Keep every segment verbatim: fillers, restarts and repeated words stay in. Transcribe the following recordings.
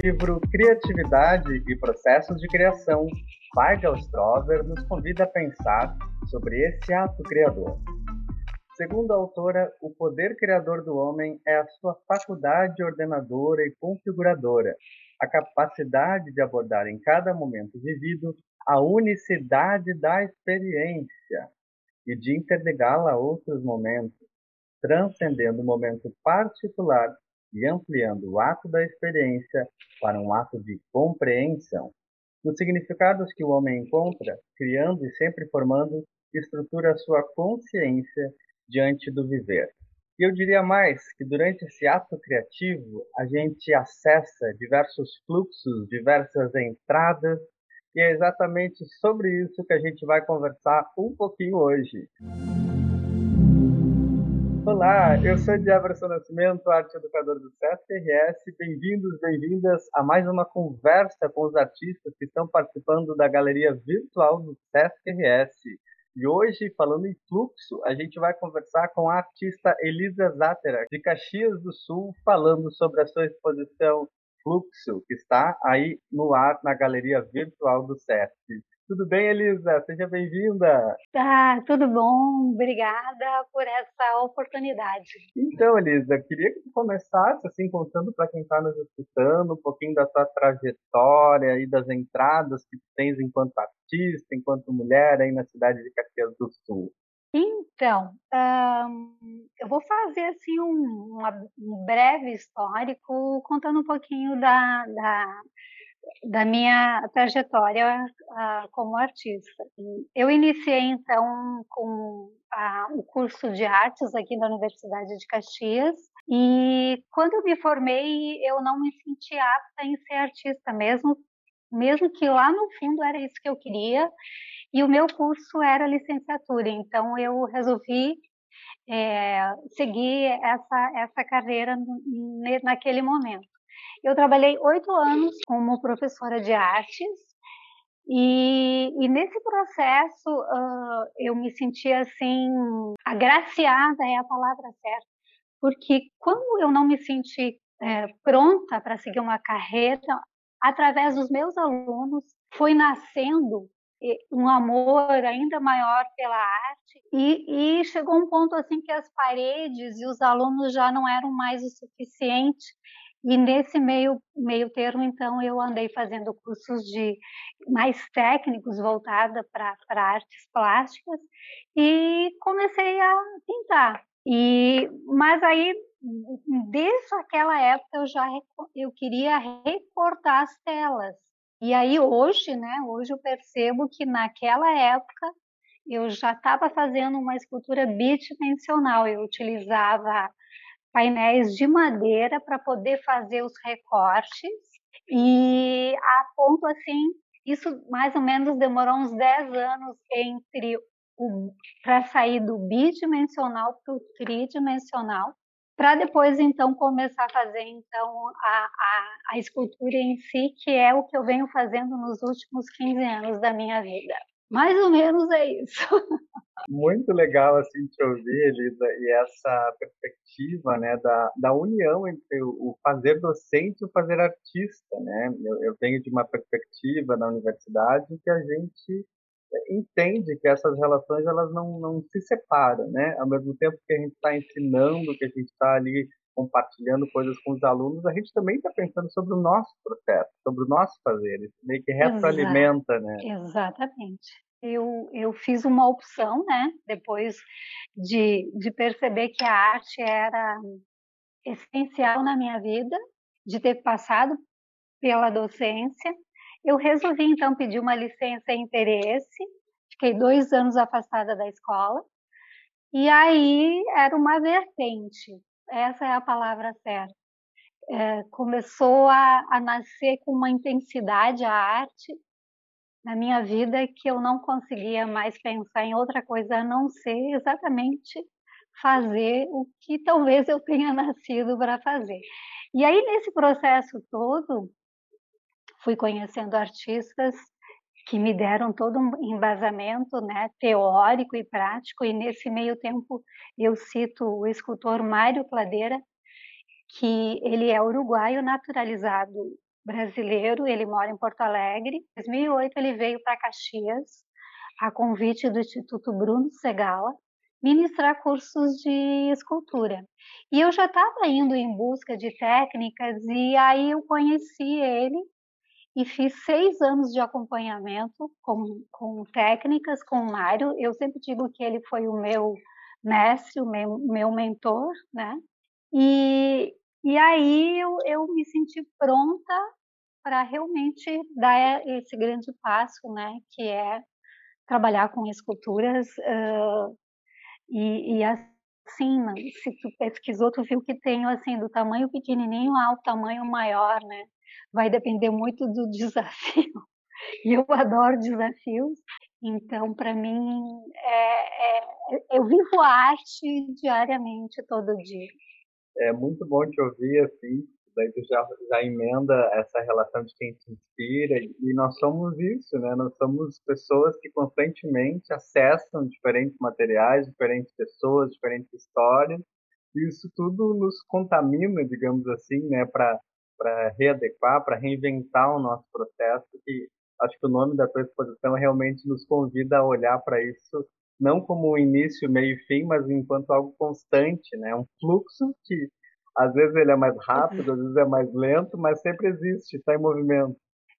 livro Criatividade e Processos de Criação, Vargas Strover nos convida a pensar sobre esse ato criador. Segundo a autora, o poder criador do homem é a sua faculdade ordenadora e configuradora, a capacidade de abordar em cada momento vivido a unicidade da experiência e de interligá-la a outros momentos, transcendendo o momento particular e ampliando o ato da experiência para um ato de compreensão. Nos significados que o homem encontra, criando e sempre formando, estrutura a sua consciência diante do viver. E eu diria mais que durante esse ato criativo, a gente acessa diversos fluxos, diversas entradas, e é exatamente sobre isso que a gente vai conversar um pouquinho hoje. Olá, eu sou Jefferson Nascimento, arte educador do Sesc R S. Bem-vindos, bem-vindas a mais uma conversa com os artistas que estão participando da galeria virtual do Sesc R S. E hoje, falando em fluxo, a gente vai conversar com a artista Elisa Zattera, de Caxias do Sul, falando sobre a sua exposição Fluxo, que está aí no ar na galeria virtual do Sesc. Tudo bem, Elisa? Seja bem-vinda. Tá, tudo bom. Obrigada por essa oportunidade. Então, Elisa, queria que tu começasse assim contando para quem está nos escutando um pouquinho da tua trajetória e das entradas que tu tens enquanto artista, enquanto mulher aí na cidade de Caxias do Sul. Então, hum, eu vou fazer assim um, uma- um breve histórico contando um pouquinho da, da, da minha trajetória ah, como artista. Eu iniciei então com ah, o curso de artes aqui da Universidade de Caxias e quando eu me formei eu não me senti apta em ser artista mesmo, mesmo que lá no fundo era isso que eu queria. E o meu curso era licenciatura, então eu resolvi é, seguir essa, essa carreira n- naquele momento. Eu trabalhei oito anos como professora de artes e, e nesse processo uh, eu me sentia assim, agraciada é a palavra certa, porque quando eu não me senti é, pronta para seguir uma carreira, através dos meus alunos foi nascendo um amor ainda maior pela arte e, e chegou um ponto assim que as paredes e os alunos já não eram mais o suficiente e nesse meio meio termo então eu andei fazendo cursos de mais técnicos voltada para para artes plásticas e comecei a pintar e mas aí desde aquela época eu já eu queria recortar as telas. E aí hoje, né, hoje eu percebo que naquela época eu já estava fazendo uma escultura bidimensional, eu utilizava painéis de madeira para poder fazer os recortes e a ponto assim, isso mais ou menos demorou uns dez anos entre o para sair do bidimensional para o tridimensional, para depois então começar a fazer então a, a, a escultura em si, que é o que eu venho fazendo nos últimos quinze anos da minha vida. Mais ou menos é isso. Muito legal assim te ouvir, Elisa, e essa perspectiva, né, da, da união entre o, o fazer docente e o fazer artista, né? Eu, eu venho de uma perspectiva na universidade que a gente entende que essas relações elas não, não se separam, né? Ao mesmo tempo que a gente está ensinando, que a gente está ali compartilhando coisas com os alunos, a gente também está pensando sobre o nosso processo, sobre o nosso fazer, isso meio que Exa retroalimenta, né? exatamente. Eu, eu fiz uma opção, né, depois de, de perceber que a arte era essencial na minha vida, de ter passado pela docência. Eu resolvi, então, pedir uma licença em interesse, fiquei dois anos afastada da escola, e aí era uma vertente, essa é a palavra certa. É, começou a, a nascer com uma intensidade a arte na minha vida que eu não conseguia mais pensar em outra coisa a não ser exatamente fazer o que talvez eu tenha nascido para fazer. E aí, nesse processo todo, fui conhecendo artistas que me deram todo um embasamento, né, teórico e prático, e nesse meio tempo eu cito o escultor Mário Cladeira, que ele é uruguaio naturalizado brasileiro, ele mora em Porto Alegre. Em dois mil e oito ele veio para Caxias, a convite do Instituto Bruno Segalla, ministrar cursos de escultura. E eu já estava indo em busca de técnicas e aí eu conheci ele e fiz seis anos de acompanhamento com, com técnicas com o Mário. Eu sempre digo que ele foi o meu mestre, o meu, meu mentor, né? E, e aí eu, eu me senti pronta para realmente dar esse grande passo, né? Que é trabalhar com esculturas uh, e, e assim, se tu pesquisou, tu viu que tem assim do tamanho pequenininho ao tamanho maior, né? Vai depender muito do desafio. E eu adoro desafios, então para mim é, é, eu vivo a arte diariamente, todo dia. É muito bom te ouvir assim, daí tu já, já emenda essa relação de quem te inspira, e nós somos isso, né? Nós somos pessoas que constantemente acessam diferentes materiais, diferentes pessoas, diferentes histórias, e isso tudo nos contamina, digamos assim, né? Para para readequar, para reinventar o nosso processo, que acho que o nome da tua exposição realmente nos convida a olhar para isso não como um início, meio e fim, mas enquanto algo constante, né? Um fluxo que às vezes ele é mais rápido, às vezes é mais lento, mas sempre existe, está em movimento.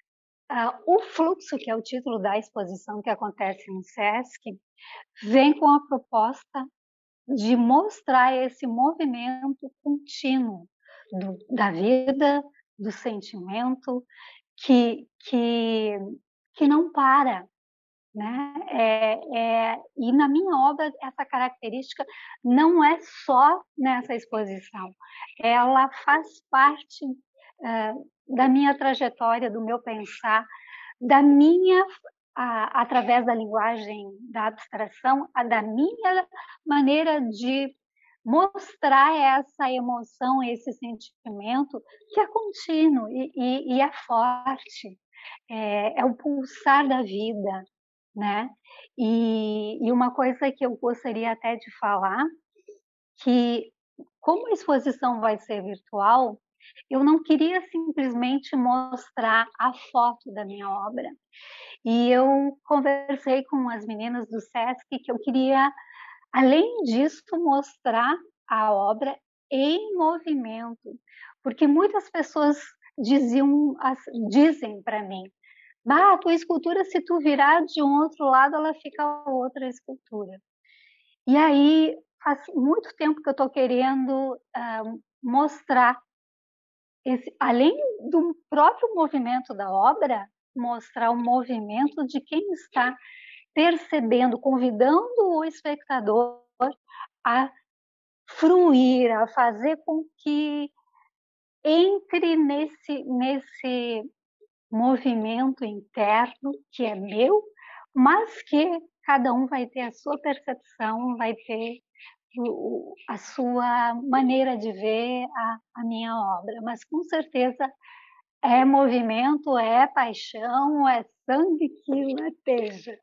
Ah, o fluxo, que é o título da exposição que acontece no SESC, vem com a proposta de mostrar esse movimento contínuo do, da vida, do sentimento, que, que, que não para, né? É, é, e na minha obra, essa característica não é só nessa exposição, ela faz parte é, da minha trajetória, do meu pensar, da minha, a, através da linguagem da abstração, a da minha maneira de mostrar essa emoção, esse sentimento que é contínuo e, e, e é forte, é, é o pulsar da vida, né? E, e uma coisa que eu gostaria até de falar, que como a exposição vai ser virtual, eu não queria simplesmente mostrar a foto da minha obra. E eu conversei com as meninas do SESC que eu queria, além disso, mostrar a obra em movimento, porque muitas pessoas diziam, dizem para mim, bah, a tua escultura, se tu virar de um outro lado, ela fica outra escultura. E aí, faz muito tempo que eu estou querendo uh, mostrar, esse, além do próprio movimento da obra, mostrar o movimento de quem está percebendo, convidando o espectador a fruir, a fazer com que entre nesse, nesse movimento interno que é meu, mas que cada um vai ter a sua percepção, vai ter o, a sua maneira de ver a, a minha obra. Mas com certeza é movimento, é paixão, é sangue que lateja.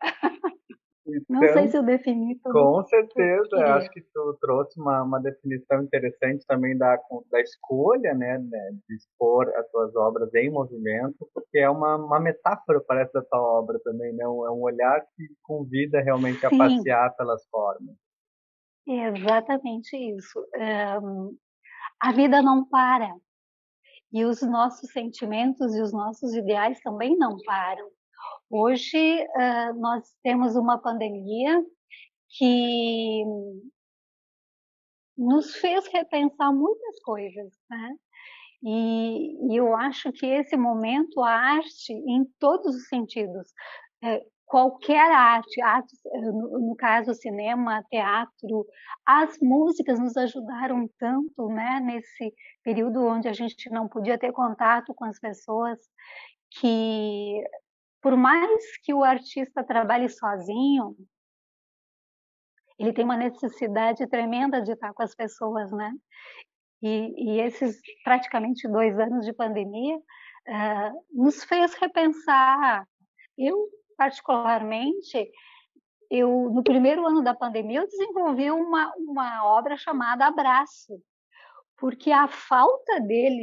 Não sei Então, se eu defini tudo com que eu certeza, queria. acho que tu trouxe uma, uma definição interessante também da, da escolha, né, né, de expor as tuas obras em movimento, porque é uma, uma metáfora, parece, da tua obra também, né? Um- É um olhar que convida realmente a Sim, passear pelas formas. é exatamente isso. Um, a vida não para e os nossos sentimentos e os nossos ideais também não param. Hoje uh, nós temos uma pandemia que nos fez repensar muitas coisas, né? E, e eu acho que esse momento, a arte, em todos os sentidos, é, qualquer arte, arte no, no caso cinema, teatro, as músicas nos ajudaram tanto, né, nesse período onde a gente não podia ter contato com as pessoas, que por mais que o artista trabalhe sozinho, ele tem uma necessidade tremenda de estar com as pessoas, né? E, e esses praticamente dois anos de pandemia uh, nos fez repensar. Eu, particularmente, eu no primeiro ano da pandemia eu desenvolvi uma, uma obra chamada Abraço, porque a falta dele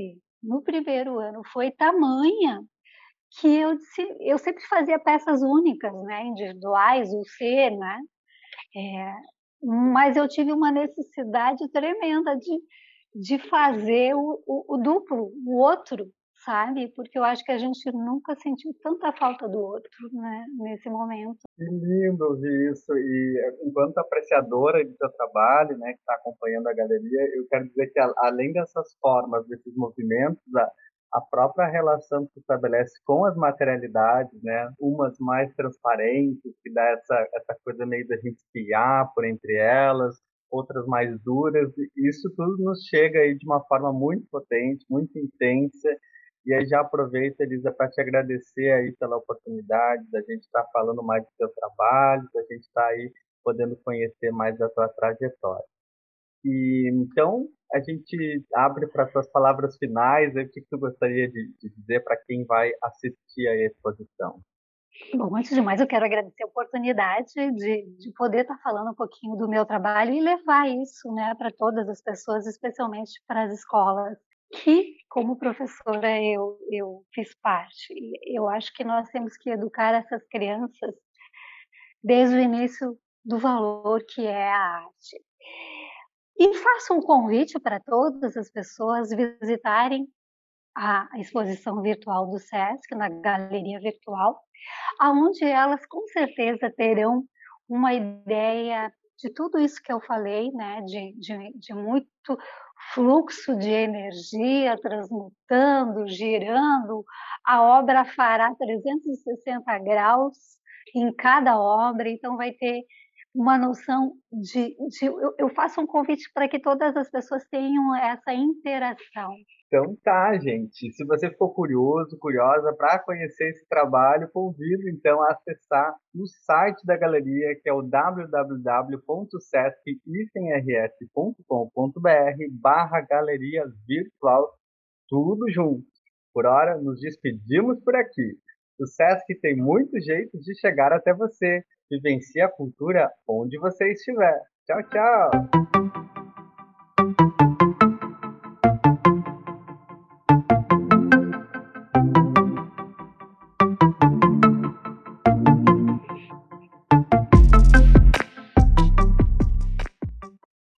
no primeiro ano foi tamanha que eu disse, eu sempre fazia peças únicas, né, individuais, ou C, né, é, mas eu tive uma necessidade tremenda de, de fazer o, o, o duplo, o outro, sabe? Porque eu acho que a gente nunca sentiu tanta falta do outro, né, nesse momento. Que lindo ouvir isso. E enquanto apreciadora de seu trabalho, né, que está acompanhando a galeria, eu quero dizer que a- além dessas formas, desses movimentos, a, a própria relação que se estabelece com as materialidades, né, umas mais transparentes, que dá essa, essa coisa meio da gente espiar por entre elas, outras mais duras, e isso tudo nos chega aí de uma forma muito potente, muito intensa. E aí já aproveito, Elisa, para te agradecer aí pela oportunidade da gente estar falando mais do teu trabalho, da gente estar aí podendo conhecer mais da tua trajetória. E então a gente abre para as tuas palavras finais, aí, o que que tu gostaria de, de dizer para quem vai assistir à exposição? Bom, antes de mais, eu quero agradecer a oportunidade de, de poder estar falando um pouquinho do meu trabalho e levar isso, né, para todas as pessoas, especialmente para as escolas, que, como professora, eu, eu fiz parte. E eu acho que nós temos que educar essas crianças desde o início do valor que é a arte. E faço um convite para todas as pessoas visitarem a exposição virtual do SESC, na galeria virtual, aonde elas com certeza terão uma ideia de tudo isso que eu falei, né, de, de, de muito fluxo de energia transmutando, girando. A obra fará trezentos e sessenta graus em cada obra, então vai ter uma noção de, de eu, eu faço um convite para que todas as pessoas tenham essa interação. Então tá, gente. Se você ficou curioso, curiosa para conhecer esse trabalho, convido então a acessar o site da galeria, que é o w w w ponto sesc r s ponto com ponto b r barra galeria virtual, tudo junto. Por hora, nos despedimos por aqui. O Sesc tem muitos jeitos de chegar até você. Vivencie a cultura onde você estiver. Tchau, tchau!